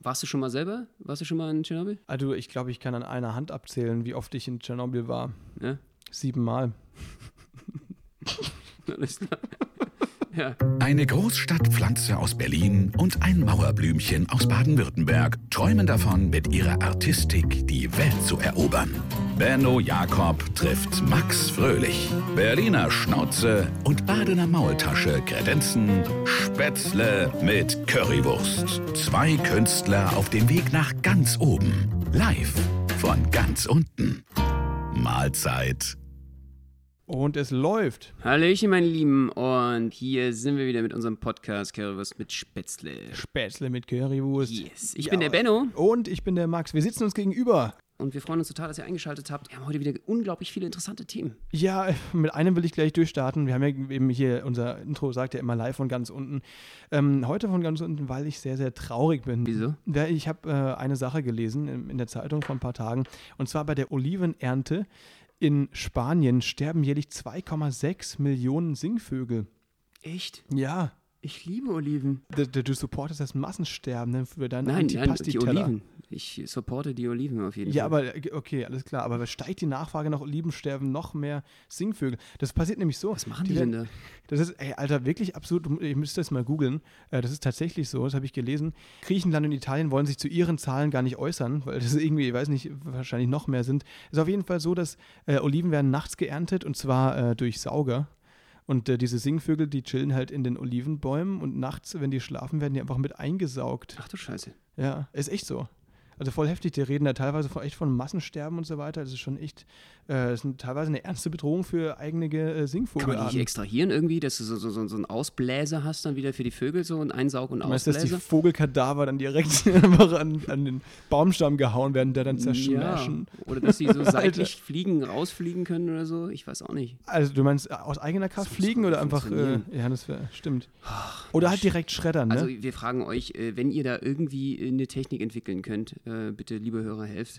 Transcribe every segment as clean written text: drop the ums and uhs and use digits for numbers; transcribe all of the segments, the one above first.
Warst du schon mal selber? Warst du schon mal in Tschernobyl? Also ich glaube, ich kann an einer Hand abzählen, wie oft ich in Tschernobyl war. Ja? 7 Mal. Alles klar. Ja. Eine Großstadtpflanze aus Berlin und ein Mauerblümchen aus Baden-Württemberg träumen davon, mit ihrer Artistik die Welt zu erobern. Benno Jakob trifft Max Fröhlich. Berliner Schnauze und Badener Maultasche kredenzen Spätzle mit Currywurst. 2 Künstler auf dem Weg nach ganz oben. Live von ganz unten. Mahlzeit. Und es läuft. Hallöchen, meine Lieben. Und hier sind wir wieder mit unserem Podcast Currywurst mit Spätzle. Spätzle mit Currywurst. Yes. Ich bin der Benno. Und ich bin der Max. Wir sitzen uns gegenüber. Und wir freuen uns total, dass ihr eingeschaltet habt. Wir haben heute wieder unglaublich viele interessante Themen. Ja, mit einem will ich gleich durchstarten. Wir haben ja eben hier, unser Intro sagt ja immer live von ganz unten. Heute von ganz unten, weil ich sehr, sehr traurig bin. Wieso? Ja, ich habe eine Sache gelesen in der Zeitung vor ein paar Tagen. Und zwar bei der Olivenernte in Spanien sterben jährlich 2,6 Millionen Singvögel. Echt? Ja. Ich liebe Oliven. Du supportest das Massensterben ne, für deinen Nein, die Antipasti-Teller. Oliven. Ich supporte die Oliven auf jeden Fall. Ja, aber okay, alles klar. Aber steigt die Nachfrage nach Oliven, sterben noch mehr Singvögel. Das passiert nämlich so. Was machen die denn da? Das ist, Alter, wirklich absurd. Ihr müsst das mal googeln. Das ist tatsächlich so, das habe ich gelesen. Griechenland und Italien wollen sich zu ihren Zahlen gar nicht äußern, weil das irgendwie, ich weiß nicht, wahrscheinlich noch mehr sind. Es ist auf jeden Fall so, dass Oliven werden nachts geerntet und zwar durch Sauger. Und diese Singvögel, die chillen halt in den Olivenbäumen und nachts, wenn die schlafen, werden die einfach mit eingesaugt. Ach du Scheiße. Ja, ist echt so. Also voll heftig, die reden da teilweise echt von Massensterben und so weiter. Das ist schon echt, das ist teilweise eine ernste Bedrohung für eigene Singvogelarten. Kann man die nicht extrahieren irgendwie, dass du so einen Ausbläser hast dann wieder für die Vögel so und Einsaug- und Ausbläser? Du meinst, dass die Vogelkadaver dann direkt einfach an den Baumstamm gehauen werden, der dann zerschnaschen? Ja, oder dass sie so seitlich rausfliegen können oder so, ich weiß auch nicht. Also du meinst aus eigener Kraft fliegen oder einfach, ja, das stimmt. Oder halt direkt schreddern, ne? Also wir fragen euch, wenn ihr da irgendwie eine Technik entwickeln könnt, bitte, liebe Hörer, helft.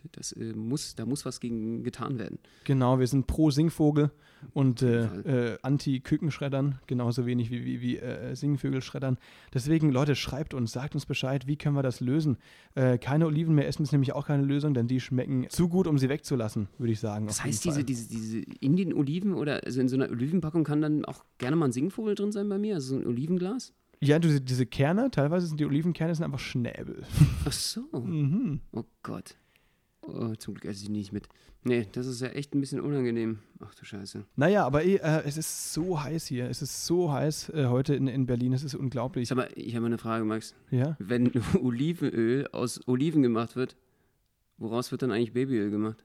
Da muss was gegen getan werden. Genau, wir sind pro Singvogel und anti-Kükenschreddern, genauso wenig wie Singvögelschreddern. Deswegen, Leute, schreibt uns, sagt uns Bescheid, wie können wir das lösen. Keine Oliven mehr essen ist nämlich auch keine Lösung, denn die schmecken zu gut, um sie wegzulassen, würde ich sagen. Das heißt, diese in den Oliven oder also in so einer Olivenpackung kann dann auch gerne mal ein Singvogel drin sein bei mir, also so ein Olivenglas? Ja, diese Kerne, teilweise sind die Olivenkerne sind einfach Schnäbel. Ach so. Mhm. Oh Gott. Oh, zum Glück esse ich nicht mit. Nee, das ist ja echt ein bisschen unangenehm. Ach du Scheiße. Naja, aber es ist so heiß hier. Es ist so heiß heute in Berlin. Es ist unglaublich. Sag mal, ich habe mal eine Frage, Max. Ja? Wenn Olivenöl aus Oliven gemacht wird, woraus wird dann eigentlich Babyöl gemacht?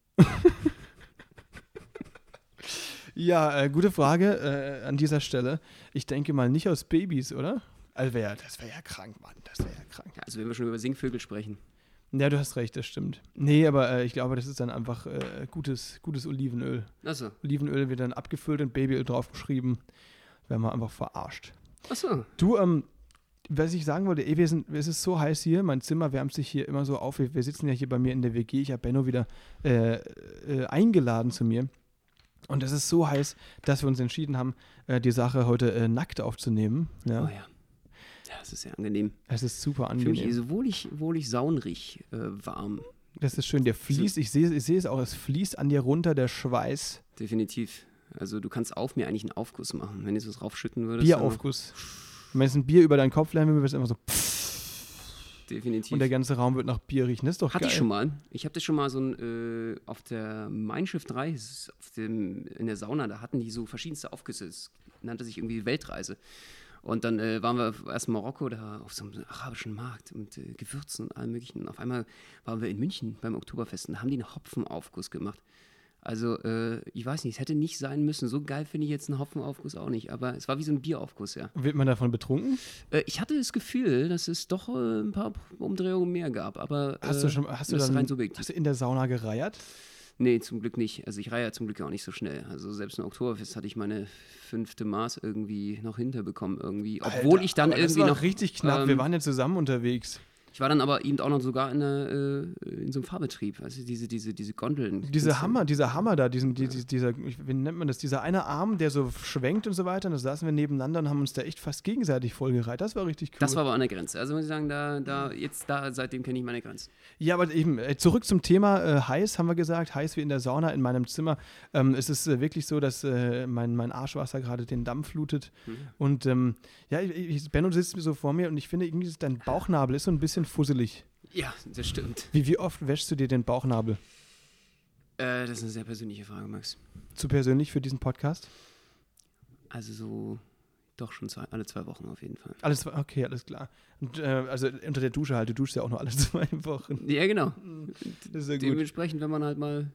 Ja, gute Frage an dieser Stelle. Ich denke mal nicht aus Babys, oder? Also das wäre ja krank, Mann. Das wäre ja krank. Ja, also wenn wir schon über Singvögel sprechen. Ja, du hast recht, das stimmt. Nee, aber ich glaube, das ist dann einfach gutes Olivenöl. Achso. Olivenöl wird dann abgefüllt und Babyöl draufgeschrieben. Werden wir einfach verarscht. Achso. Du, was ich sagen wollte, es ist so heiß hier, mein Zimmer wärmt sich hier immer so auf. Wir sitzen ja hier bei mir in der WG. Ich habe Benno wieder eingeladen zu mir. Und es ist so heiß, dass wir uns entschieden haben, die Sache heute nackt aufzunehmen. Ja. Oh ja. Ja, das ist sehr angenehm. Es ist super Für mich angenehm. ist es wohlig saunrig warm. Das ist schön. Der fließt, ich sehe es auch, es fließt an dir runter, der Schweiß. Definitiv. Also du kannst auf mir eigentlich einen Aufguss machen, wenn du so raufschütten würdest. Bieraufguss. Wenn jetzt ein Bier über deinen Kopf läuft, wird es immer so Definitiv. und der ganze Raum wird nach Bier riechen. Das ist doch Hatte geil. ich schon mal. Ich habe das schon mal so auf der Mein Schiff 3, in der Sauna, da hatten die so verschiedenste Aufgüsse. Es nannte sich irgendwie Weltreise. Und dann waren wir erst in Marokko, da auf so einem arabischen Markt mit Gewürzen und allem möglichen. Und auf einmal waren wir in München beim Oktoberfest und da haben die einen Hopfenaufguss gemacht. Also, ich weiß nicht, es hätte nicht sein müssen. So geil finde ich jetzt einen Hopfenaufguss auch nicht. Aber es war wie so ein Bieraufguss, ja. Wird man davon betrunken? Ich hatte das Gefühl, dass es doch ein paar Umdrehungen mehr gab. Aber Hast du das ist rein subjektiv. Hast du in der Sauna gereiert? Nee, zum Glück nicht. Also ich reihe ja zum Glück auch nicht so schnell. Also selbst im Oktoberfest hatte ich meine 5. Maß irgendwie noch hinterbekommen irgendwie. Obwohl Alter, ich dann aber irgendwie das war noch... richtig knapp. Wir waren ja zusammen unterwegs. Ich war dann aber eben auch noch sogar in so einem Fahrbetrieb, also diese Gondeln. Dieser Hammer da, wie nennt man das, dieser eine Arm, der so schwenkt und so weiter, und da saßen wir nebeneinander und haben uns da echt fast gegenseitig vollgereiht. Das war richtig cool. Das war aber an der Grenze. Also muss ich sagen, seitdem kenne ich meine Grenze. Ja, aber eben, zurück zum Thema heiß, haben wir gesagt, heiß wie in der Sauna in meinem Zimmer. Es ist wirklich so, dass mein Arschwasser gerade den Damm flutet. Und Benno sitzt so vor mir und ich finde, irgendwie dein Bauchnabel ist so ein bisschen fusselig. Ja, das stimmt. Wie oft wäschst du dir den Bauchnabel? Das ist eine sehr persönliche Frage, Max. Zu persönlich für diesen Podcast? Also so, doch schon alle 2 Wochen auf jeden Fall. Alles klar. Und also unter der Dusche halt, du duschst ja auch nur alle 2 Wochen. Ja, genau. Das ist ja gut. Dementsprechend, wenn man halt mal,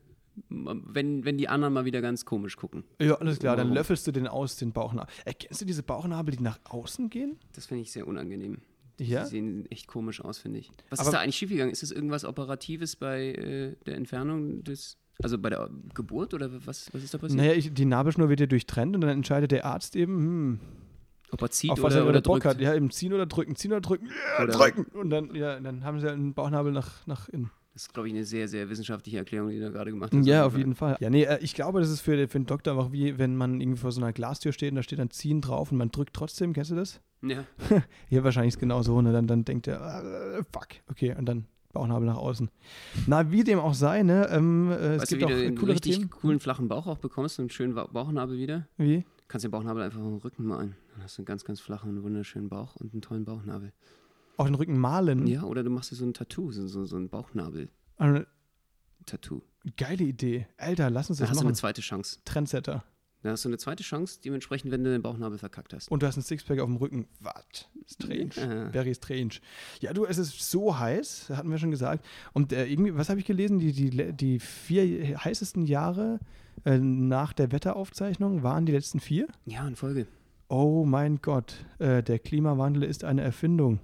wenn die anderen mal wieder ganz komisch gucken. Ja, alles klar, dann löffelst du den aus, den Bauchnabel. Kennst du diese Bauchnabel, die nach außen gehen? Das finde ich sehr unangenehm. Ja? Die sehen echt komisch aus, finde ich. Was ist da eigentlich schiefgegangen? Ist das irgendwas Operatives bei der Entfernung also bei der Geburt oder was ist da passiert? Naja, die Nabelschnur wird ja durchtrennt und dann entscheidet der Arzt eben, ob er zieht auf was er oder Bock drückt. hat. Ja, eben ziehen oder drücken. Ja, drücken. Und dann haben sie einen Bauchnabel nach innen. Das ist, glaube ich, eine sehr, sehr wissenschaftliche Erklärung, die du da gerade gemacht hast. Ja, auf jeden Fall. Ja, nee, ich glaube, das ist für den Doktor auch wie, wenn man irgendwie vor so einer Glastür steht und da steht dann Ziehen drauf und man drückt trotzdem. Kennst du das? Ja. Hier wahrscheinlich ist es genau so. Ne? Dann denkt er, fuck. Okay, und dann Bauchnabel nach außen. Na, wie dem auch sei, ne? Es gibt du, auch wie du einen coolere richtig Themen. coolen flachen Bauch auch bekommst und einen schönen Bauchnabel wieder? Wie? Kannst den Bauchnabel einfach auf den Rücken malen. Dann hast du einen ganz, ganz flachen, wunderschönen Bauch und einen tollen Bauchnabel. Auf den Rücken malen? Ja, oder du machst dir so ein Tattoo, so ein Bauchnabel-Tattoo. Geile Idee. Alter, lass uns das machen. Da hast du machen. eine zweite Chance. Trendsetter. Da hast du eine zweite Chance, dementsprechend, wenn du den Bauchnabel verkackt hast. Und du hast ein Sixpack auf dem Rücken. Was? Strange. Ja. Very strange. Ja, du, es ist so heiß, hatten wir schon gesagt. Und irgendwie, was habe ich gelesen? Die 4 heißesten Jahre nach der Wetteraufzeichnung waren die letzten 4? Ja, in Folge. Oh mein Gott, der Klimawandel ist eine Erfindung,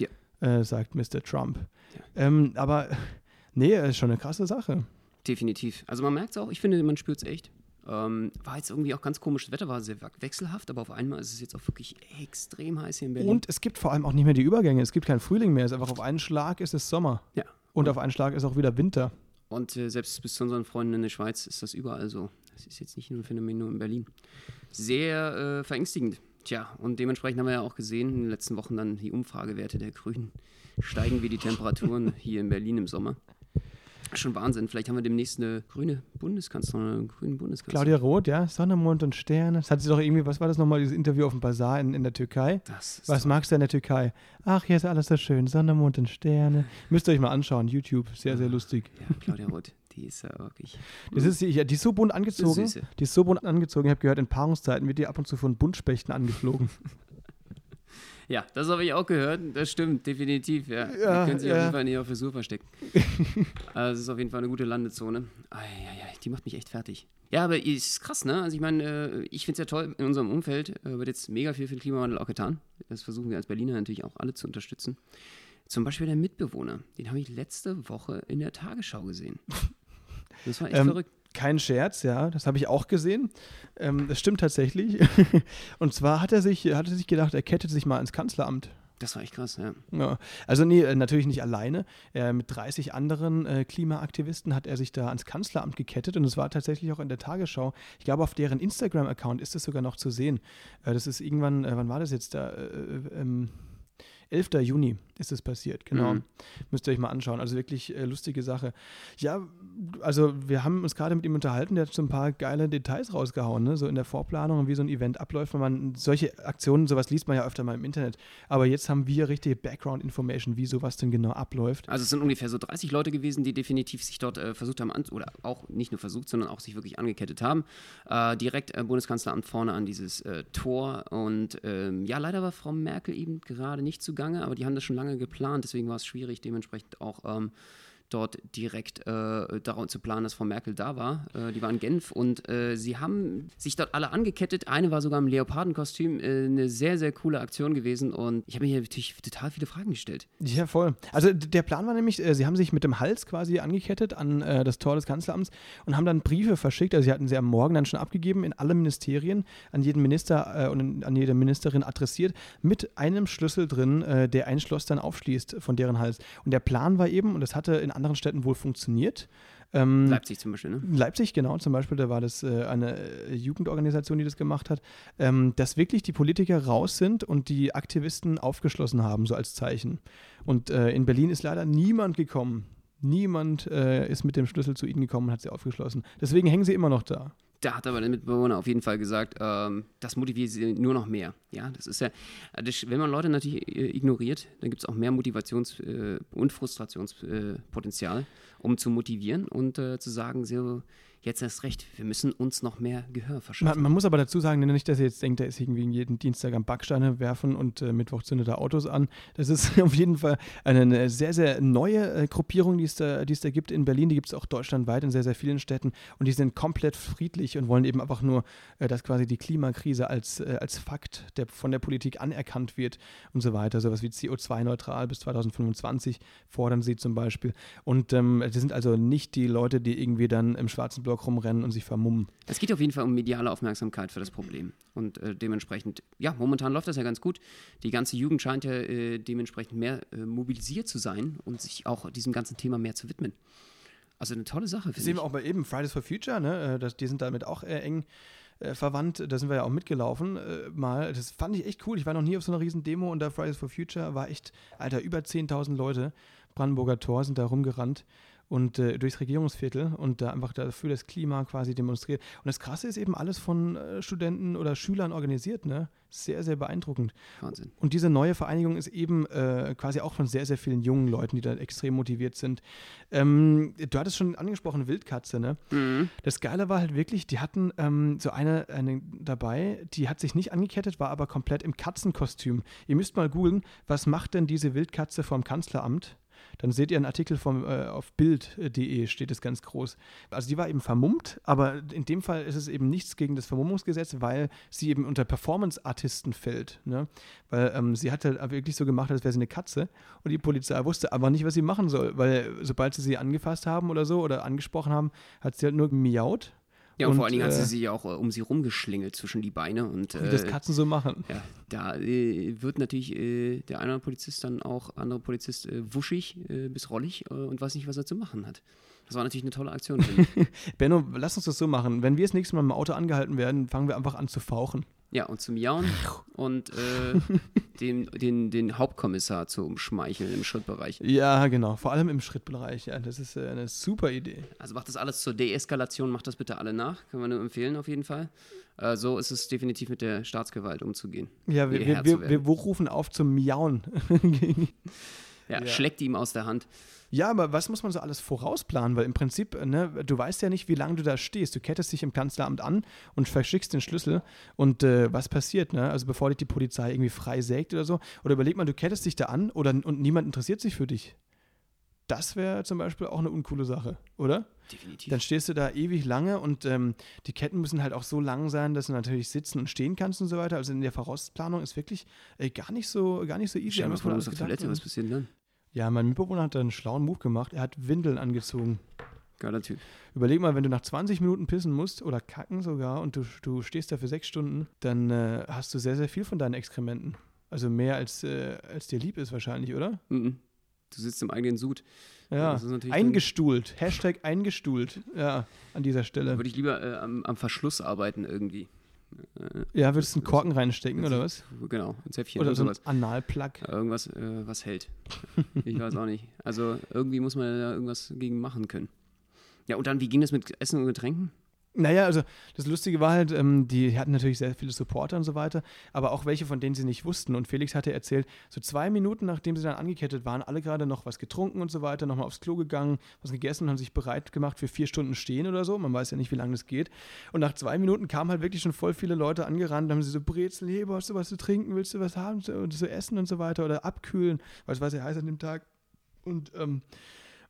sagt Mr. Trump. Ja. Aber nee, ist schon eine krasse Sache. Definitiv. Also man merkt es auch, ich finde, man spürt es echt. War jetzt irgendwie auch ganz komisches Wetter, war sehr wechselhaft, aber auf einmal ist es jetzt auch wirklich extrem heiß hier in Berlin. Und es gibt vor allem auch nicht mehr die Übergänge. Es gibt keinen Frühling mehr. Es ist einfach auf einen Schlag ist es Sommer. Ja. Und auf einen Schlag ist auch wieder Winter. Und selbst bis zu unseren Freunden in der Schweiz ist das überall so. Das ist jetzt nicht nur ein Phänomen nur in Berlin. Sehr verängstigend. Tja, und dementsprechend haben wir ja auch gesehen, in den letzten Wochen dann die Umfragewerte der Grünen. Steigen wie die Temperaturen hier in Berlin im Sommer. Schon Wahnsinn. Vielleicht haben wir demnächst eine grüne Bundeskanzlerin, einen grünen Bundeskanzler. Claudia Roth, ja. Sonne, Mond und Sterne. Das hat sie doch irgendwie, was war das nochmal, dieses Interview auf dem Bazar in der Türkei? Was magst du in der Türkei? Ach, hier ist alles so schön. Sonne, Mond und Sterne. Müsst ihr euch mal anschauen. YouTube. Sehr, sehr lustig. Ja, Claudia Roth. Die ist ja wirklich... Die ist so bunt angezogen. Die ist so bunt angezogen. Ich habe gehört, in Paarungszeiten wird die ab und zu von Buntspechten angeflogen. Ja, das habe ich auch gehört. Das stimmt, definitiv. Ja. Die können sich auf jeden Fall in ihrer Frisur verstecken. Also das ist auf jeden Fall eine gute Landezone. Die macht mich echt fertig. Ja, aber ist krass, ne? Also ich meine, ich finde es ja toll, in unserem Umfeld wird jetzt mega viel für den Klimawandel auch getan. Das versuchen wir als Berliner natürlich auch alle zu unterstützen. Zum Beispiel der Mitbewohner. Den habe ich letzte Woche in der Tagesschau gesehen. Das war echt verrückt. Kein Scherz, ja, das habe ich auch gesehen. Das stimmt tatsächlich. Und zwar hat er sich gedacht, er kettet sich mal ins Kanzleramt. Das war echt krass, ja. Ja. Also nee, natürlich nicht alleine. Mit 30 anderen Klimaaktivisten hat er sich da ans Kanzleramt gekettet und es war tatsächlich auch in der Tagesschau. Ich glaube, auf deren Instagram-Account ist es sogar noch zu sehen. Das ist irgendwann, wann war das jetzt da? 11. Juni ist es passiert, genau. Müsst ihr euch mal anschauen. Also wirklich lustige Sache. Ja, also wir haben uns gerade mit ihm unterhalten, der hat so ein paar geile Details rausgehauen, ne? So in der Vorplanung, wie so ein Event abläuft, wenn man solche Aktionen, sowas liest man ja öfter mal im Internet. Aber jetzt haben wir richtige Background-Information, wie sowas denn genau abläuft. Also es sind ungefähr so 30 Leute gewesen, die definitiv sich dort versucht haben, oder auch nicht nur versucht, sondern auch sich wirklich angekettet haben. Direkt Bundeskanzleramt vorne an dieses Tor. Und leider war Frau Merkel eben gerade nicht zugange, aber die haben das schon lange geplant, deswegen war es schwierig, dementsprechend auch dort direkt darum zu planen, dass Frau Merkel da war. Die war in Genf und sie haben sich dort alle angekettet. Eine war sogar im Leopardenkostüm. Eine sehr, sehr coole Aktion gewesen und ich habe mir hier natürlich total viele Fragen gestellt. Ja, voll. Also der Plan war nämlich, sie haben sich mit dem Hals quasi angekettet an das Tor des Kanzleramts und haben dann Briefe verschickt. Also sie hatten sie am Morgen dann schon abgegeben in alle Ministerien, an jeden Minister und an jede Ministerin adressiert, mit einem Schlüssel drin, der ein Schloss dann aufschließt von deren Hals. Und der Plan war eben, und das hatte in anderen Städten wohl funktioniert. Leipzig zum Beispiel, ne? Leipzig, genau, zum Beispiel, da war das eine Jugendorganisation, die das gemacht hat, dass wirklich die Politiker raus sind und die Aktivisten aufgeschlossen haben, so als Zeichen. Und in Berlin ist leider niemand gekommen. Niemand ist mit dem Schlüssel zu ihnen gekommen und hat sie aufgeschlossen. Deswegen hängen sie immer noch da. Da hat aber der Mitbewohner auf jeden Fall gesagt, das motiviert sie nur noch mehr. Ja, das ist ja, wenn man Leute natürlich ignoriert, dann gibt es auch mehr Motivations- und Frustrationspotenzial, um zu motivieren und zu sagen, so, jetzt erst recht, wir müssen uns noch mehr Gehör verschaffen. Man muss aber dazu sagen, nicht, dass ihr jetzt denkt, der ist irgendwie jeden Dienstag am Backsteine werfen und Mittwoch zündet er Autos an. Das ist auf jeden Fall eine sehr, sehr neue Gruppierung, die es da gibt in Berlin. Die gibt es auch deutschlandweit in sehr, sehr vielen Städten und die sind komplett friedlich und wollen eben einfach nur, dass quasi die Klimakrise als Fakt von der Politik anerkannt wird und so weiter. Sowas wie CO2-neutral bis 2025 fordern sie zum Beispiel. Und das sind also nicht die Leute, die irgendwie dann im schwarzen Block rumrennen und sich vermummen. Es geht auf jeden Fall um mediale Aufmerksamkeit für das Problem. Und dementsprechend, ja, momentan läuft das ja ganz gut. Die ganze Jugend scheint ja dementsprechend mehr mobilisiert zu sein und sich auch diesem ganzen Thema mehr zu widmen. Also eine tolle Sache, finde ich. Das sehen wir auch bei eben Fridays for Future, ne? Die sind damit auch eng verwandt. Da sind wir ja auch mitgelaufen mal. Das fand ich echt cool. Ich war noch nie auf so einer riesen Demo und da Fridays for Future war echt, Alter, über 10.000 Leute. Brandenburger Tor sind da rumgerannt und durchs Regierungsviertel und da einfach dafür das Klima quasi demonstriert. Und das Krasse ist eben alles von Studenten oder Schülern organisiert, ne? Sehr, sehr beeindruckend. Wahnsinn. Und diese neue Vereinigung ist eben quasi auch von sehr, sehr vielen jungen Leuten, die da extrem motiviert sind. Du hattest schon angesprochen, Wildkatze, ne? Mhm. Das Geile war halt wirklich, die hatten so eine dabei, die hat sich nicht angekettet, war aber komplett im Katzenkostüm. Ihr müsst mal googeln, was macht denn diese Wildkatze vom Kanzleramt? Dann seht ihr einen Artikel auf bild.de, steht es ganz groß. Also die war eben vermummt, aber in dem Fall ist es eben nichts gegen das Vermummungsgesetz, weil sie eben unter Performance-Artisten fällt. Ne? Weil sie hat halt wirklich so gemacht, als wäre sie eine Katze und die Polizei wusste aber nicht, was sie machen soll, weil sobald sie angefasst haben oder so oder angesprochen haben, hat sie halt nur miaut. Ja, und vor allen Dingen hat sie sich ja auch um sie rumgeschlingelt zwischen die Beine. Und, wie das Katzen so machen. Ja, da wird natürlich der eine Polizist dann auch, andere Polizist wuschig bis rollig und weiß nicht, was er zu machen hat. Das war natürlich eine tolle Aktion. Benno, lass uns das so machen. Wenn wir das nächste Mal im Auto angehalten werden, fangen wir einfach an zu fauchen. Ja, und zu miauen und den Hauptkommissar zu umschmeicheln im Schrittbereich. Ja, genau. Vor allem im Schrittbereich. Ja, das ist eine super Idee. Also macht das alles zur Deeskalation, macht das bitte alle nach. Können wir nur empfehlen auf jeden Fall. So ist es definitiv mit der Staatsgewalt umzugehen. Ja, wir rufen auf zum Miauen. Ja, schlägt ihm aus der Hand. Ja, aber was muss man so alles vorausplanen? Weil im Prinzip, ne, du weißt ja nicht, wie lange du da stehst. Du kettest dich im Kanzleramt an und verschickst den Schlüssel. Und was passiert, ne? Also bevor dich die Polizei irgendwie frei sägt oder so. Oder überleg mal, du kettest dich da an und niemand interessiert sich für dich. Das wäre zum Beispiel auch eine uncoole Sache, oder? Definitiv. Dann stehst du da ewig lange und die Ketten müssen halt auch so lang sein, dass du natürlich sitzen und stehen kannst und so weiter. Also in der Vorausplanung ist wirklich gar nicht so easy. Stell dir mal vor, du musst auf Toilette, was passiert dann? Ja, mein Mitbewohner hat da einen schlauen Move gemacht. Er hat Windeln angezogen. Geiler Typ. Überleg mal, wenn du nach 20 Minuten pissen musst oder kacken sogar und du stehst da für 6 Stunden, dann hast du sehr, sehr viel von deinen Exkrementen. Also mehr als dir lieb ist wahrscheinlich, oder? Mhm. Du sitzt im eigenen Sud. Ja, eingestuhlt. Hashtag eingestuhlt. Ja, an dieser Stelle. Da würde ich lieber am Verschluss arbeiten irgendwie. Ja, würdest du einen Korken reinstecken oder was? Genau, ein Zäpfchen oder sowas. Ein Analplug. Irgendwas, was hält. Ich weiß auch nicht. Also irgendwie muss man da irgendwas gegen machen können. Ja, und dann, wie ging das mit Essen und Getränken? Naja, also das Lustige war halt, die hatten natürlich sehr viele Supporter und so weiter, aber auch welche, von denen sie nicht wussten. Und Felix hatte erzählt, so 2 Minuten, nachdem sie dann angekettet waren, alle gerade noch was getrunken und so weiter, nochmal aufs Klo gegangen, was gegessen und haben sich bereit gemacht für 4 Stunden stehen oder so. Man weiß ja nicht, wie lange das geht. Und nach 2 Minuten kamen halt wirklich schon voll viele Leute angerannt, haben sie so Brezel, hey, hast du was zu trinken, willst du was haben, zu essen und so weiter oder abkühlen, weil es war sehr heiß an dem Tag. Und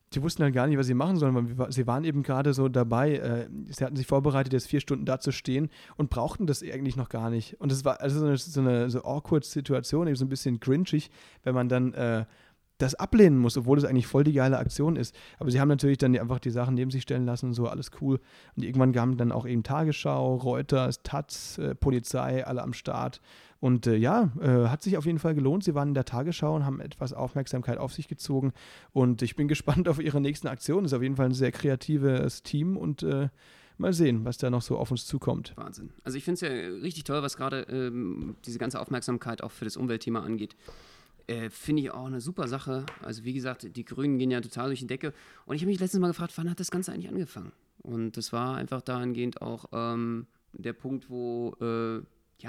sie wussten halt gar nicht, was sie machen sollen, weil sie waren eben gerade so dabei, sie hatten sich vorbereitet, jetzt 4 Stunden da zu stehen und brauchten das eigentlich noch gar nicht. Und es war also so eine awkward Situation, eben so ein bisschen grinchig, wenn man dann das ablehnen muss, obwohl es eigentlich voll die geile Aktion ist. Aber sie haben natürlich dann einfach die Sachen neben sich stellen lassen und so, alles cool. Und irgendwann kamen dann auch eben Tagesschau, Reuters, Taz, Polizei, alle am Start. Und hat sich auf jeden Fall gelohnt. Sie waren in der Tagesschau und haben etwas Aufmerksamkeit auf sich gezogen. Und ich bin gespannt auf ihre nächsten Aktionen. Ist auf jeden Fall ein sehr kreatives Team und mal sehen, was da noch so auf uns zukommt. Wahnsinn. Also ich finde es ja richtig toll, was gerade diese ganze Aufmerksamkeit auch für das Umweltthema angeht. Finde ich auch eine super Sache. Also wie gesagt, die Grünen gehen ja total durch die Decke. Und ich habe mich letztens mal gefragt, wann hat das Ganze eigentlich angefangen? Und das war einfach dahingehend auch der Punkt, wo, also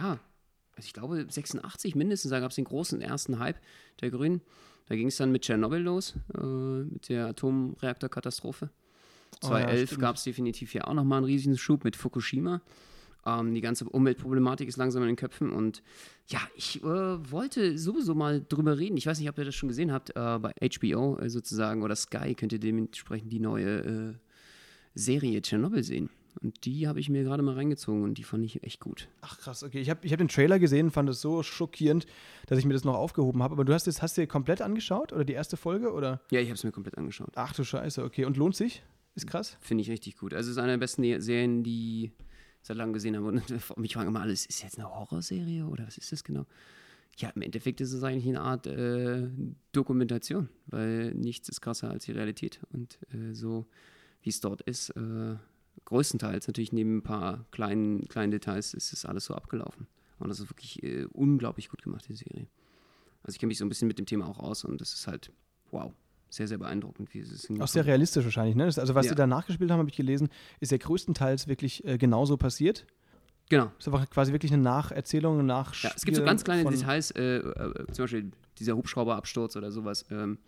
ich glaube 86 mindestens, da gab es den großen ersten Hype der Grünen. Da ging es dann mit Tschernobyl los, mit der Atomreaktorkatastrophe. 2011 gab es definitiv ja auch nochmal einen riesigen Schub mit Fukushima. Die ganze Umweltproblematik ist langsam in den Köpfen und ja, ich wollte sowieso mal drüber reden. Ich weiß nicht, ob ihr das schon gesehen habt, bei HBO sozusagen oder Sky könnt ihr dementsprechend die neue Serie Tschernobyl sehen. Und die habe ich mir gerade mal reingezogen und die fand ich echt gut. Ach krass, okay. Ich hab den Trailer gesehen, fand es so schockierend, dass ich mir das noch aufgehoben habe. Aber du hast du dir komplett angeschaut oder die erste Folge? Oder? Ja, ich habe es mir komplett angeschaut. Ach du Scheiße, okay. Und lohnt sich? Ist krass? Finde ich richtig gut. Also es ist eine der besten Serien, die seit langem gesehen habe. Und mich fragen immer alles, ist jetzt eine Horrorserie oder was ist das genau? Ja, im Endeffekt ist es eigentlich eine Art Dokumentation, weil nichts ist krasser als die Realität. Und so wie es dort ist, größtenteils natürlich neben ein paar kleinen Details ist es alles so abgelaufen. Und das ist wirklich unglaublich gut gemacht, die Serie. Also ich kenne mich so ein bisschen mit dem Thema auch aus und das ist halt, wow. Sehr, sehr beeindruckend, wie es auch sehr realistisch wahrscheinlich, ne? Also was sie da nachgespielt haben, habe ich gelesen, ist ja größtenteils wirklich genauso passiert. Genau. Das ist einfach quasi wirklich eine Nacherzählung, ein Nachspiel. Ja, es gibt so ganz kleine Details, zum Beispiel dieser Hubschrauberabsturz oder sowas,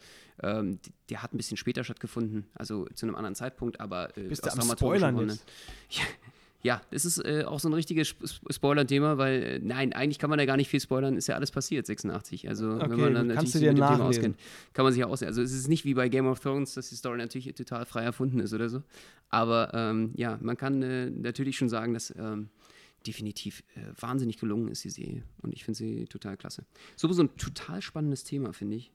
der hat ein bisschen später stattgefunden, also zu einem anderen Zeitpunkt, aber bist du am Spoilern jetzt? Ja, das ist auch so ein richtiges Spoiler-Thema, weil, nein, eigentlich kann man da gar nicht viel spoilern, ist ja alles passiert, 86. Also, okay, wenn man dann natürlich sich mit dem Thema auskennt, kann man sich ja aussehen. Also, es ist nicht wie bei Game of Thrones, dass die Story natürlich total frei erfunden ist oder so. Aber, man kann natürlich schon sagen, dass definitiv wahnsinnig gelungen ist, die Serie. Und ich finde sie total klasse. Sowieso ein total spannendes Thema, finde ich.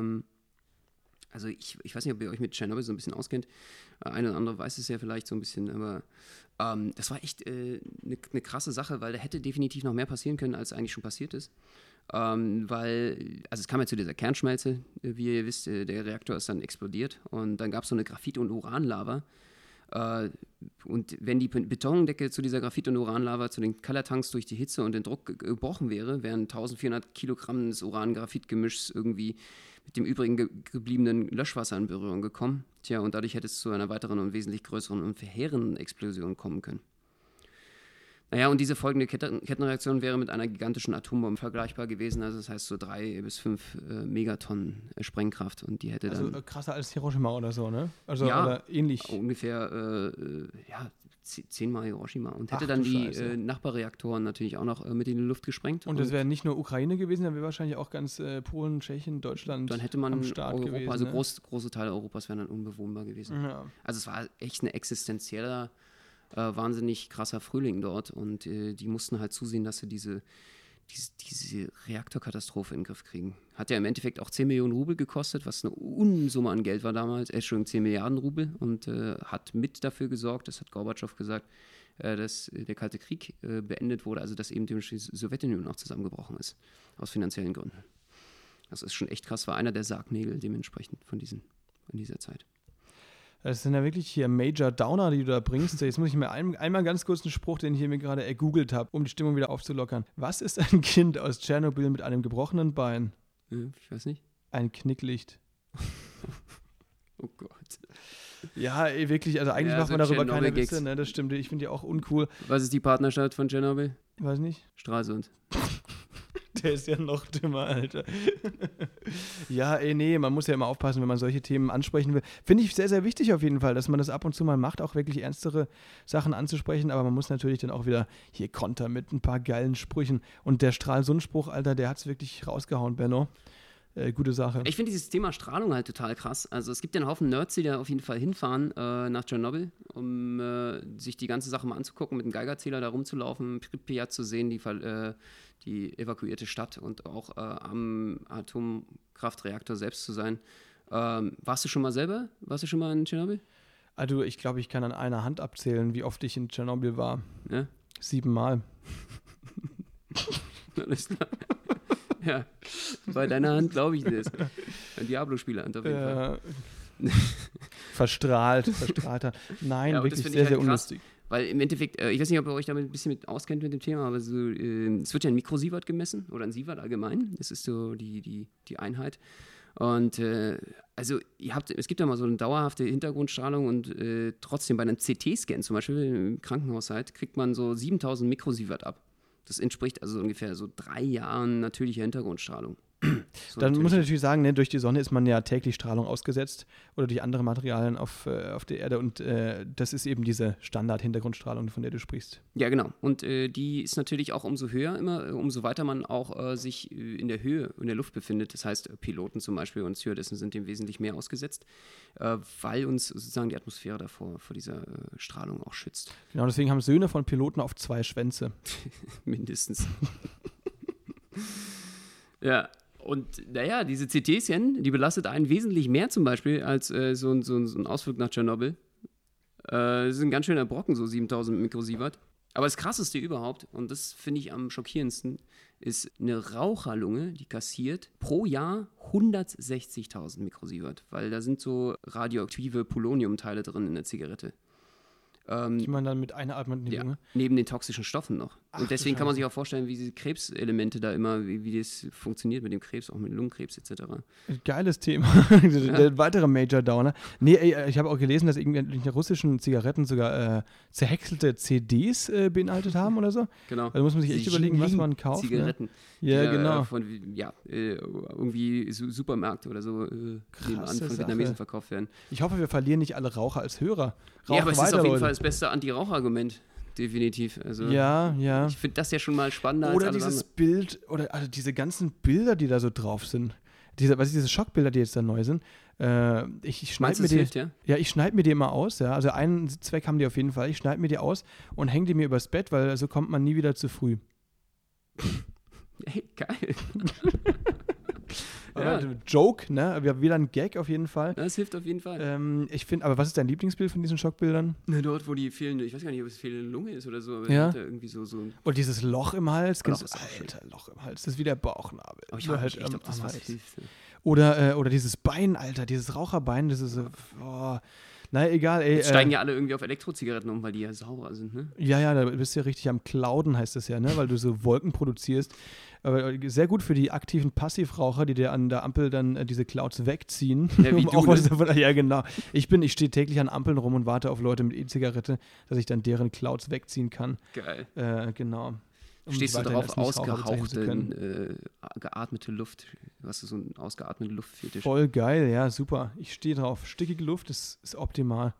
Also ich weiß nicht, ob ihr euch mit Tschernobyl so ein bisschen auskennt. Eine oder andere weiß es ja vielleicht so ein bisschen, aber das war echt eine krasse Sache, weil da hätte definitiv noch mehr passieren können, als eigentlich schon passiert ist. Weil, also es kam ja zu dieser Kernschmelze, wie ihr wisst, der Reaktor ist dann explodiert und dann gab es so eine Graphit- und Uranlava. Und wenn die Betondecke zu dieser Graphit- und Uranlava zu den Kellertanks durch die Hitze und den Druck gebrochen wäre, wären 1400 Kilogramm des Uran-Graphit-Gemischs irgendwie mit dem übrigen gebliebenen Löschwasser in Berührung gekommen. Tja, und dadurch hätte es zu einer weiteren und wesentlich größeren und verheerenden Explosion kommen können. Naja, und diese folgende Kettenreaktion wäre mit einer gigantischen Atombombe vergleichbar gewesen, also das heißt so 3 bis 5 Megatonnen Sprengkraft und die hätte dann... Also krasser als Hiroshima oder so, ne? Also ja, oder ähnlich. Ungefähr 10-mal Hiroshima und hätte dann die Nachbarreaktoren natürlich auch noch mit in die Luft gesprengt. Und das wäre nicht nur Ukraine gewesen, dann wäre wahrscheinlich auch ganz Polen, Tschechien, Deutschland dann hätte man am Start Europa, gewesen. also ne? große Teile Europas wären dann unbewohnbar gewesen. Ja. Also es war echt ein existenzieller, wahnsinnig krasser Frühling dort und die mussten halt zusehen, dass sie diese Reaktorkatastrophe in den Griff kriegen. Hat ja im Endeffekt auch 10 Millionen Rubel gekostet, was eine Unsumme an Geld war damals, schon 10 Milliarden Rubel und hat mit dafür gesorgt, das hat Gorbatschow gesagt, dass der Kalte Krieg beendet wurde, also dass eben die Sowjetunion auch zusammengebrochen ist, aus finanziellen Gründen. Das ist schon echt krass, war einer der Sargnägel dementsprechend in dieser Zeit. Das sind ja wirklich hier Major Downer, die du da bringst. Jetzt muss ich mir einmal ganz kurz einen Spruch, den ich hier mir gerade ergoogelt habe, um die Stimmung wieder aufzulockern. Was ist ein Kind aus Tschernobyl mit einem gebrochenen Bein? Ich weiß nicht. Ein Knicklicht. Oh Gott. Ja, wirklich, also eigentlich macht man darüber keine Witze, ne? Das stimmt, ich finde die auch uncool. Was ist die Partnerstadt von Tschernobyl? Weiß nicht. Stralsund. Der ist ja noch dümmer, Alter. Ja, nee, man muss ja immer aufpassen, wenn man solche Themen ansprechen will. Finde ich sehr, sehr wichtig auf jeden Fall, dass man das ab und zu mal macht, auch wirklich ernstere Sachen anzusprechen, aber man muss natürlich dann auch wieder hier kontern mit ein paar geilen Sprüchen. Und der Stralsund-Spruch, Alter, der hat es wirklich rausgehauen, Benno. gute Sache. Ich finde dieses Thema Strahlung halt total krass. Also es gibt ja einen Haufen Nerds, die da auf jeden Fall hinfahren nach Tschernobyl, um sich die ganze Sache mal anzugucken, mit dem Geigerzähler da rumzulaufen, Pripyat zu sehen, die evakuierte Stadt und auch am Atomkraftreaktor selbst zu sein. Warst du schon mal in Tschernobyl? Also ich glaube, ich kann an einer Hand abzählen, wie oft ich in Tschernobyl war. Ja? 7 Mal. Alles klar. Ja, bei deiner Hand glaube ich das. Ein Diablo-Spielerhand auf jeden Fall. Verstrahlter. Nein, ja, wirklich das sehr, ich halt sehr krass, unlustig. Weil im Endeffekt, ich weiß nicht, ob ihr euch damit ein bisschen auskennt mit dem Thema, aber so, es wird ja ein Mikrosievert gemessen oder ein Sievert allgemein. Das ist so die Einheit. Und also es gibt ja mal so eine dauerhafte Hintergrundstrahlung und trotzdem bei einem CT-Scan zum Beispiel im Krankenhaus kriegt man so 7000 Mikrosievert ab. Das entspricht also ungefähr so 3 Jahren natürlicher Hintergrundstrahlung. So Dann muss man natürlich sagen, ne, durch die Sonne ist man ja täglich Strahlung ausgesetzt oder durch andere Materialien auf der Erde und das ist eben diese Standard-Hintergrundstrahlung, von der du sprichst. Ja, genau. Und die ist natürlich auch umso höher immer, umso weiter man auch sich in der Höhe, in der Luft befindet. Das heißt, Piloten zum Beispiel und Stewardessen sind dem wesentlich mehr ausgesetzt, weil uns sozusagen die Atmosphäre davor vor dieser Strahlung auch schützt. Genau, deswegen haben Söhne von Piloten oft 2 Schwänze. Mindestens. Ja. Und naja, diese CT-Scan, die belastet einen wesentlich mehr zum Beispiel als so ein Ausflug nach Tschernobyl. Das ist ein ganz schöner Brocken, so 7000 Mikrosievert. Aber das Krasseste überhaupt, und das finde ich am schockierendsten, ist eine Raucherlunge, die kassiert pro Jahr 160.000 Mikrosievert, weil da sind so radioaktive Poloniumteile drin in der Zigarette. Die man dann mit einatmet in die Lunge. Neben den toxischen Stoffen noch. Ach, und deswegen kann man sich auch vorstellen, wie diese Krebselemente da immer, wie das funktioniert mit dem Krebs, auch mit Lungenkrebs etc. Geiles Thema. Der weitere Major Downer. Nee, ich habe auch gelesen, dass irgendwelche russischen Zigaretten sogar zerhäckselte CDs beinhaltet haben oder so. Genau. Also muss man sich echt überlegen, was man kauft. Zigaretten. Ne? Ja, genau. Irgendwie Supermärkte oder so nebenan von Vietnamesen verkauft werden. Ich hoffe, wir verlieren nicht alle Raucher als Hörer. Ja, aber es ist auf jeden Fall das beste Anti-Raucher-Argument. Definitiv. Also, ja. Ich finde das ja schon mal spannender oder als alles dieses Bild, oder also diese ganzen Bilder, die da so drauf sind. Diese Schockbilder, die jetzt da neu sind. Ich schneide mir die. Hilft, ja? Ja, ich schneide mir die immer aus. Ja. Also einen Zweck haben die auf jeden Fall. Ich schneide mir die aus und hänge die mir übers Bett, weil so kommt man nie wieder zu früh. Hey, geil. Ja. Joke, ne? Wieder ein Gag auf jeden Fall. Das hilft auf jeden Fall. Ich finde, aber was ist dein Lieblingsbild von diesen Schockbildern? Dort, wo die fehlende, ich weiß gar nicht, ob es fehlende Lunge ist oder so, aber ja. da irgendwie so und dieses Loch im Hals. Alter, Loch im Hals. Das ist wie der Bauchnabel. Aber ich weiß halt echt, ob das was hilft. Oder dieses Bein, Alter, dieses Raucherbein, das ist so, naja, egal, ey. Jetzt steigen ja alle irgendwie auf Elektrozigaretten um, weil die ja sauber sind, ne? Ja, da bist du ja richtig am Clouden, heißt das ja, ne? Weil du so Wolken produzierst. Aber sehr gut für die aktiven Passivraucher, die dir an der Ampel dann diese Clouds wegziehen. Ja, wie du, ne? Ja, genau. Ich stehe täglich an Ampeln rum und warte auf Leute mit E-Zigarette, dass ich dann deren Clouds wegziehen kann. Geil. Genau. Stehst du drauf, ausgehauchte, geatmete Luft? Hast du so einen ausgeatmeten Luftfetisch? Voll geil, ja, super. Ich stehe drauf. Stickige Luft ist optimal.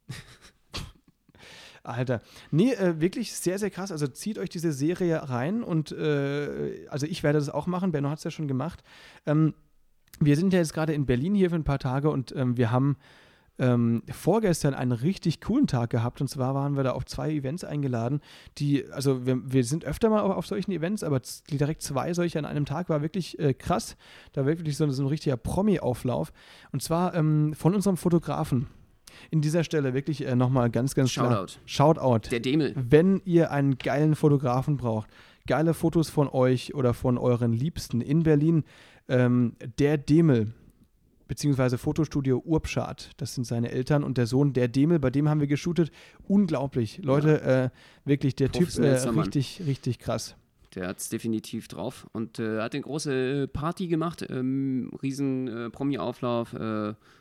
Alter. Nee, wirklich sehr, sehr krass. Also zieht euch diese Serie rein und also ich werde das auch machen. Benno hat es ja schon gemacht. Wir sind ja jetzt gerade in Berlin hier für ein paar Tage und wir haben vorgestern einen richtig coolen Tag gehabt und zwar waren wir da auf 2 Events eingeladen, also wir sind öfter mal auf solchen Events, aber direkt 2 solche an einem Tag war wirklich krass. Da war wirklich so ein richtiger Promi-Auflauf und zwar von unserem Fotografen. In dieser Stelle wirklich nochmal ganz, ganz klar. Shoutout. Der Demel. Wenn ihr einen geilen Fotografen braucht, geile Fotos von euch oder von euren Liebsten in Berlin, der Demel, beziehungsweise Fotostudio Urbschad, das sind seine Eltern und der Sohn, der Demel, bei dem haben wir geshootet. Unglaublich. Leute, wirklich, der Typ richtig, richtig krass. Der hat es definitiv drauf und hat eine große Party gemacht, riesen Promi-Auflauf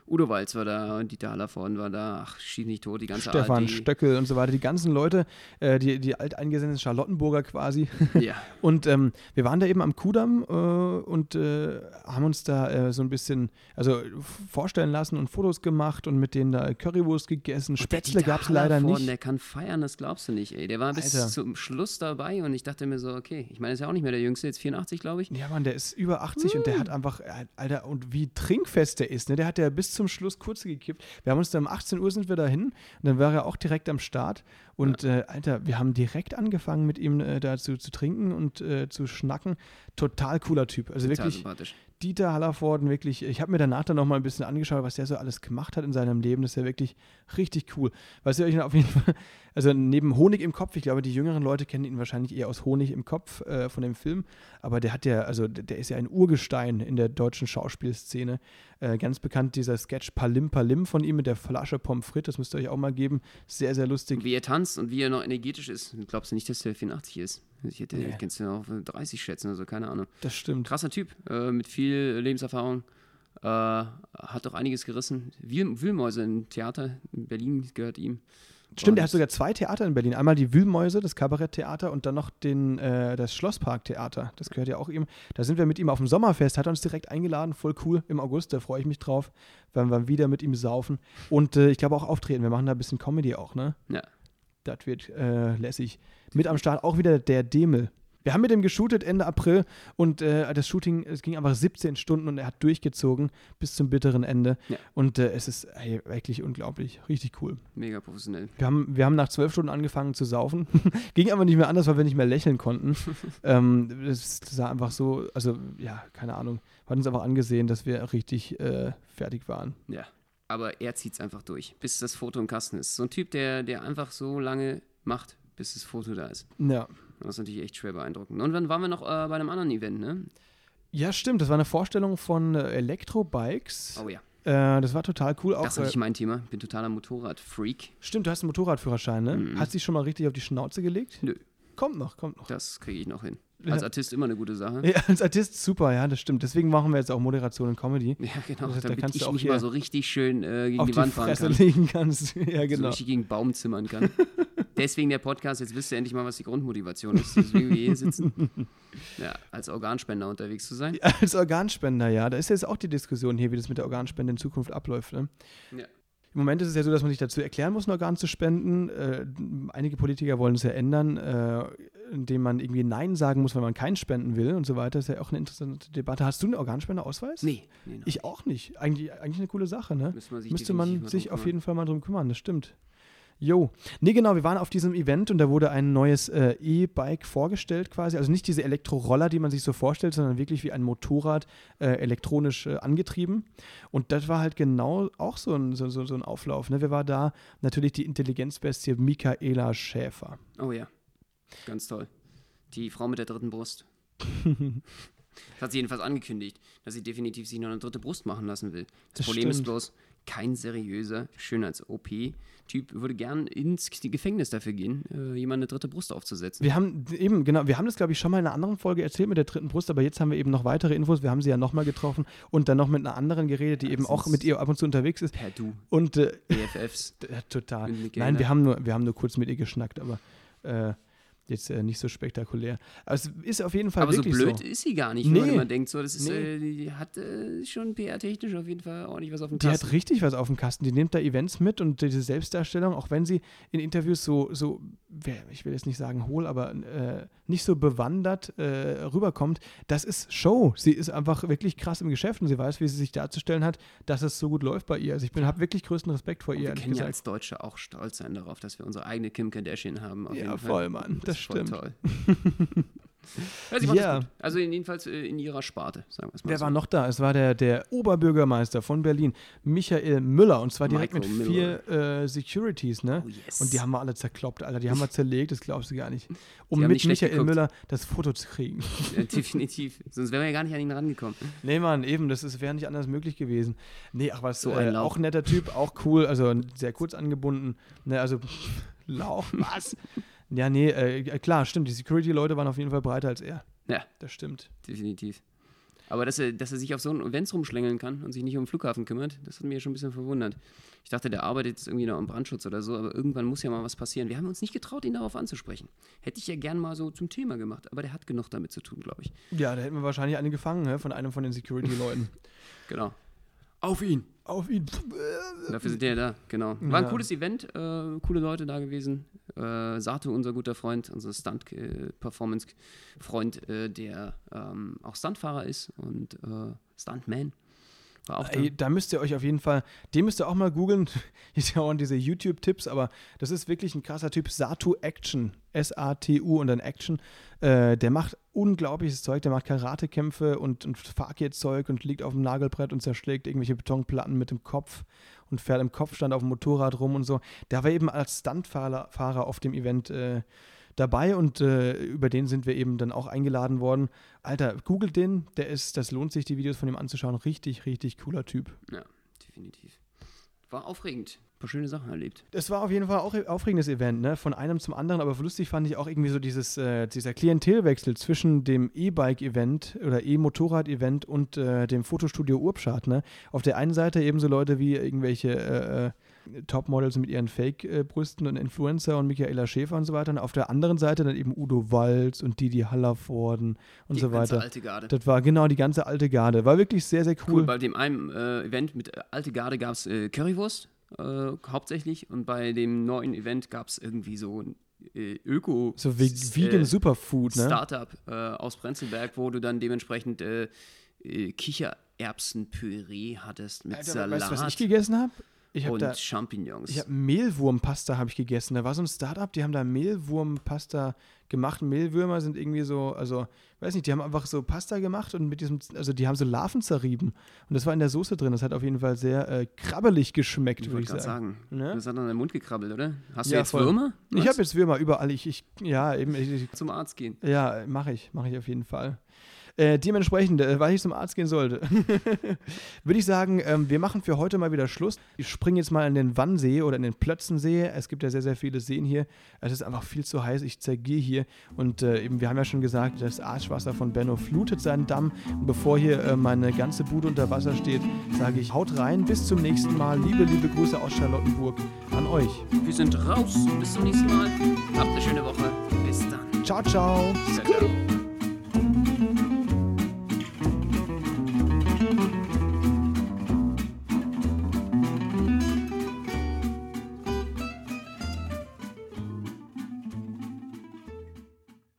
Udo Walz war da, Dieter Hallervorden war da, ach, schieß nicht tot, die ganze Stefan ARD. Stöckel und so weiter, die ganzen Leute, die alteingesessenen Charlottenburger quasi. Ja. Und wir waren da eben am Kudamm und haben uns da so ein bisschen vorstellen lassen und Fotos gemacht und mit denen da Currywurst gegessen. Spätzle gab es leider nicht. Der kann feiern, das glaubst du nicht, ey. Der war bis Alter. zum Schluss dabei und ich dachte mir so, okay, ich meine, ist ja auch nicht mehr der Jüngste, jetzt 84, glaube ich. Ja, Mann, der ist über 80 und der hat einfach, Alter, und wie trinkfest der ist, ne? Der hat ja bis zum Schluss kurze gekippt. Wir haben uns dann um 18 Uhr sind wir da hin und dann war er auch direkt am Start und Alter, wir haben direkt angefangen mit ihm da zu trinken und zu schnacken. Total cooler Typ. Also Total wirklich, sympathisch. Dieter Hallervorden, wirklich, ich habe mir danach dann noch mal ein bisschen angeschaut, was der so alles gemacht hat in seinem Leben. Das ist ja wirklich richtig cool. Weißt du, auf jeden Fall, also neben Honig im Kopf, ich glaube, die jüngeren Leute kennen ihn wahrscheinlich eher aus Honig im Kopf von dem Film, aber der ist ja ein Urgestein in der deutschen Schauspielszene. Ganz bekannt dieser Sketch Palim Palim von ihm mit der Flasche Pommes frites, das müsst ihr euch auch mal geben. Sehr, sehr lustig. Wie er tanzt und wie er noch energetisch ist. Glaubst du nicht, dass der 84 ist? Ich kennst du ja auf 30 schätzen oder so, keine Ahnung. Das stimmt. Krasser Typ, mit viel Lebenserfahrung. Hat auch einiges gerissen. Wühlmäuse im Theater in Berlin gehört ihm. Stimmt, er hat sogar 2 Theater in Berlin. Einmal die Wühlmäuse, das Kabaretttheater und dann noch das Schlossparktheater. Das gehört ja auch ihm. Da sind wir mit ihm auf dem Sommerfest, hat er uns direkt eingeladen, voll cool, im August, da freue ich mich drauf, wenn wir wieder mit ihm saufen. Und ich glaube auch auftreten, wir machen da ein bisschen Comedy auch, ne? Ja. Das wird lässig. Mit am Start auch wieder der Demel. Wir haben mit ihm geshootet Ende April und das Shooting, es ging einfach 17 Stunden und er hat durchgezogen bis zum bitteren Ende. Ja. Und es ist wirklich unglaublich, richtig cool. Mega professionell. Wir haben nach 12 Stunden angefangen zu saufen. Ging aber nicht mehr anders, weil wir nicht mehr lächeln konnten. Das sah einfach so, also ja, keine Ahnung. Wir hatten uns einfach angesehen, dass wir richtig fertig waren. Ja, aber er zieht es einfach durch, bis das Foto im Kasten ist. So ein Typ, der einfach so lange macht, bis das Foto da ist. Ja. Das ist natürlich echt schwer beeindruckend. Und dann waren wir noch bei einem anderen Event, ne? Ja, stimmt. Das war eine Vorstellung von Elektrobikes. Oh ja. Das war total cool. Das ist nicht mein Thema. Ich bin totaler Motorradfreak. Stimmt, du hast einen Motorradführerschein, ne? Mhm. Hast du dich schon mal richtig auf die Schnauze gelegt? Nö. Kommt noch. Das kriege ich noch hin. Als Artist immer eine gute Sache. Ja, als Artist super, ja, das stimmt. Deswegen machen wir jetzt auch Moderation und Comedy. Ja, genau. Das heißt, da damit kannst du ich auch mich hier mal so richtig schön gegen auf die Wand fahren Fresse kann. legen kannst. Ja, So genau. richtig gegen einen Baum zimmern kann. Deswegen der Podcast, jetzt wisst ihr endlich mal, was die Grundmotivation ist, deswegen wir hier sitzen. Ja, als Organspender unterwegs zu sein. Als Organspender, ja. Da ist jetzt auch die Diskussion hier, wie das mit der Organspende in Zukunft abläuft. Ne? Ja. Im Moment ist es ja so, dass man sich dazu erklären muss, ein Organ zu spenden. Einige Politiker wollen es ja ändern, indem man irgendwie Nein sagen muss, wenn man keinen spenden will und so weiter. Das ist ja auch eine interessante Debatte. Hast du einen Organspenderausweis? Nee, Ich auch nicht. Eigentlich eine coole Sache, ne? Müsste man sich auf jeden Fall mal drum kümmern, das stimmt. Jo. Nee, genau, wir waren auf diesem Event und da wurde ein neues E-Bike vorgestellt quasi. Also nicht diese Elektroroller, die man sich so vorstellt, sondern wirklich wie ein Motorrad elektronisch angetrieben. Und das war halt genau auch so ein Auflauf. Ne? Wer war da? Natürlich die Intelligenzbestie Michaela Schäfer. Oh ja, ganz toll. Die Frau mit der dritten Brust. Das hat sie jedenfalls angekündigt, dass sie definitiv sich noch eine dritte Brust machen lassen will. Das Problem ist bloß, kein seriöser Schönheits-OP-Typ würde gern ins Gefängnis dafür gehen, jemand eine dritte Brust aufzusetzen. Wir haben das, glaube ich, schon mal in einer anderen Folge erzählt mit der dritten Brust, aber jetzt haben wir eben noch weitere Infos. Wir haben sie ja nochmal getroffen und dann noch mit einer anderen geredet, die eben auch mit ihr ab und zu unterwegs ist. Per Du. Und BFFs. total. Nein, wir haben nur kurz mit ihr geschnackt, aber jetzt nicht so spektakulär. Aber es ist auf jeden Fall aber wirklich so. Aber so blöd ist sie gar nicht, wenn man denkt, so, das ist, die hat schon PR-technisch auf jeden Fall ordentlich was auf dem Kasten. Die hat richtig was auf dem Kasten. Die nimmt da Events mit und diese Selbstdarstellung, auch wenn sie in Interviews so ich will jetzt nicht sagen hohl, aber nicht so bewandert rüberkommt, das ist Show. Sie ist einfach wirklich krass im Geschäft und sie weiß, wie sie sich darzustellen hat, dass es so gut läuft bei ihr. Also ich habe wirklich größten Respekt vor ihr. Wir können ja als Deutsche auch stolz sein darauf, dass wir unsere eigene Kim Kardashian haben. Auf jeden Fall. Voll, Mann. Das stimmt. Toll. Ja, sie macht das gut. Also jedenfalls in ihrer Sparte, sagen wir es mal. Wer war noch da? Es war der Oberbürgermeister von Berlin, Michael Müller, und zwar direkt mit 4 Securities, ne? Oh, yes. Und die haben wir alle zerkloppt, Alter. Die haben wir zerlegt, das glaubst du gar nicht. Um mit Michael Müller das Foto zu kriegen. Ja, definitiv. Sonst wären wir ja gar nicht an ihn rangekommen. Nee, Mann, eben, das wäre nicht anders möglich gewesen. Nee, ach was, so auch ein netter Typ, auch cool, also sehr kurz angebunden. Ne, also, Lauch, was? Ja, nee, klar, stimmt. Die Security-Leute waren auf jeden Fall breiter als er. Ja. Das stimmt. Definitiv. Aber dass er sich auf so einen Events rumschlängeln kann und sich nicht um den Flughafen kümmert, das hat mich ja schon ein bisschen verwundert. Ich dachte, der arbeitet jetzt irgendwie noch am Brandschutz oder so, aber irgendwann muss ja mal was passieren. Wir haben uns nicht getraut, ihn darauf anzusprechen. Hätte ich ja gern mal so zum Thema gemacht, aber der hat genug damit zu tun, glaube ich. Ja, da hätten wir wahrscheinlich einen gefangen, von einem von den Security-Leuten. Genau. Auf ihn! Dafür sind die ja da, genau. War ein cooles Event, coole Leute da gewesen. Sato, unser guter Freund, unser Stunt-Performance-Freund, der auch Stuntfahrer ist und Stuntman. War auch da. Da müsst ihr euch auf jeden Fall, den müsst ihr auch mal googeln. Ist ja auch diese YouTube-Tipps, aber das ist wirklich ein krasser Typ. Satu Action, S-A-T-U und dann Action. Der macht unglaubliches Zeug, der macht Karatekämpfe und Fahrkit-Zeug und liegt auf dem Nagelbrett und zerschlägt irgendwelche Betonplatten mit dem Kopf und fährt im Kopfstand auf dem Motorrad rum und so. Der war eben als Stuntfahrer auf dem Event dabei und über den sind wir eben dann auch eingeladen worden. Alter, googelt den, das lohnt sich, die Videos von ihm anzuschauen. Richtig, richtig cooler Typ. Ja, definitiv. War aufregend. Ein paar schöne Sachen erlebt. Das war auf jeden Fall auch ein aufregendes Event, ne? Von einem zum anderen, aber lustig fand ich auch irgendwie so dieser Klientelwechsel zwischen dem E-Bike-Event oder E-Motorrad-Event und dem Fotostudio Urbschat, ne? Auf der einen Seite eben so Leute wie irgendwelche Topmodels mit ihren Fake-Brüsten und Influencer und Michaela Schäfer und so weiter. Und auf der anderen Seite dann eben Udo Walz und Didi Hallervorden und so weiter. Die ganze alte Garde. Das war genau die ganze alte Garde. War wirklich sehr, sehr cool. Bei dem einen Event mit alte Garde gab es Currywurst hauptsächlich und bei dem neuen Event gab es irgendwie so ein so Vegan Superfood, ne? Startup aus Prenzlberg, wo du dann dementsprechend Kichererbsenpüree hattest mit Salat. Weißt du, was ich gegessen habe? Und Champignons. Ich habe Mehlwurmpasta gegessen. Da war so ein Startup, die haben da Mehlwurmpasta gemacht. Mehlwürmer sind irgendwie so, also, weiß nicht, die haben einfach so Pasta gemacht und mit diesem, also die haben so Larven zerrieben. Und das war in der Soße drin. Das hat auf jeden Fall sehr krabbelig geschmeckt, würde ich sagen. Ne? Das hat an den Mund gekrabbelt, oder? Hast du jetzt Würmer? Was? Ich habe jetzt Würmer überall. Zum Arzt gehen. Ja, mache ich auf jeden Fall. Dementsprechend, weil ich zum Arzt gehen sollte, würde ich sagen, wir machen für heute mal wieder Schluss. Ich springe jetzt mal in den Wannsee oder in den Plötzensee. Es gibt ja sehr, sehr viele Seen hier. Es ist einfach viel zu heiß. Ich zergehe hier. Und eben, wir haben ja schon gesagt, das Arschwasser von Benno flutet seinen Damm. Und bevor hier meine ganze Bude unter Wasser steht, sage ich, haut rein. Bis zum nächsten Mal. Liebe Grüße aus Charlottenburg an euch. Wir sind raus. Bis zum nächsten Mal. Habt eine schöne Woche. Bis dann. Ciao, ciao. Ciao, ciao.